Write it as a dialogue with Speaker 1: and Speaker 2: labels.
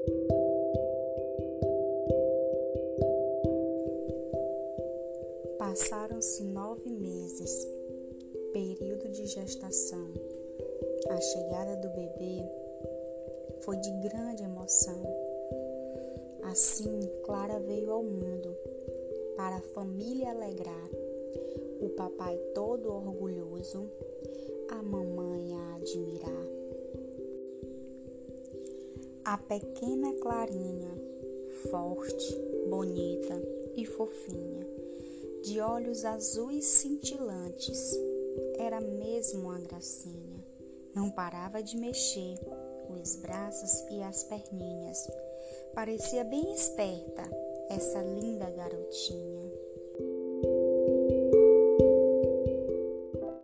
Speaker 1: Passaram-se 9 meses, período de gestação. A chegada do bebê foi de grande emoção. Assim, Clara veio ao mundo, para a família alegrar. O papai todo orgulhoso, a mamãe a admirar. A pequena Clarinha, forte, bonita e fofinha, de olhos azuis cintilantes, era mesmo uma gracinha. Não parava de mexer os braços e as perninhas. Parecia bem esperta essa linda garotinha.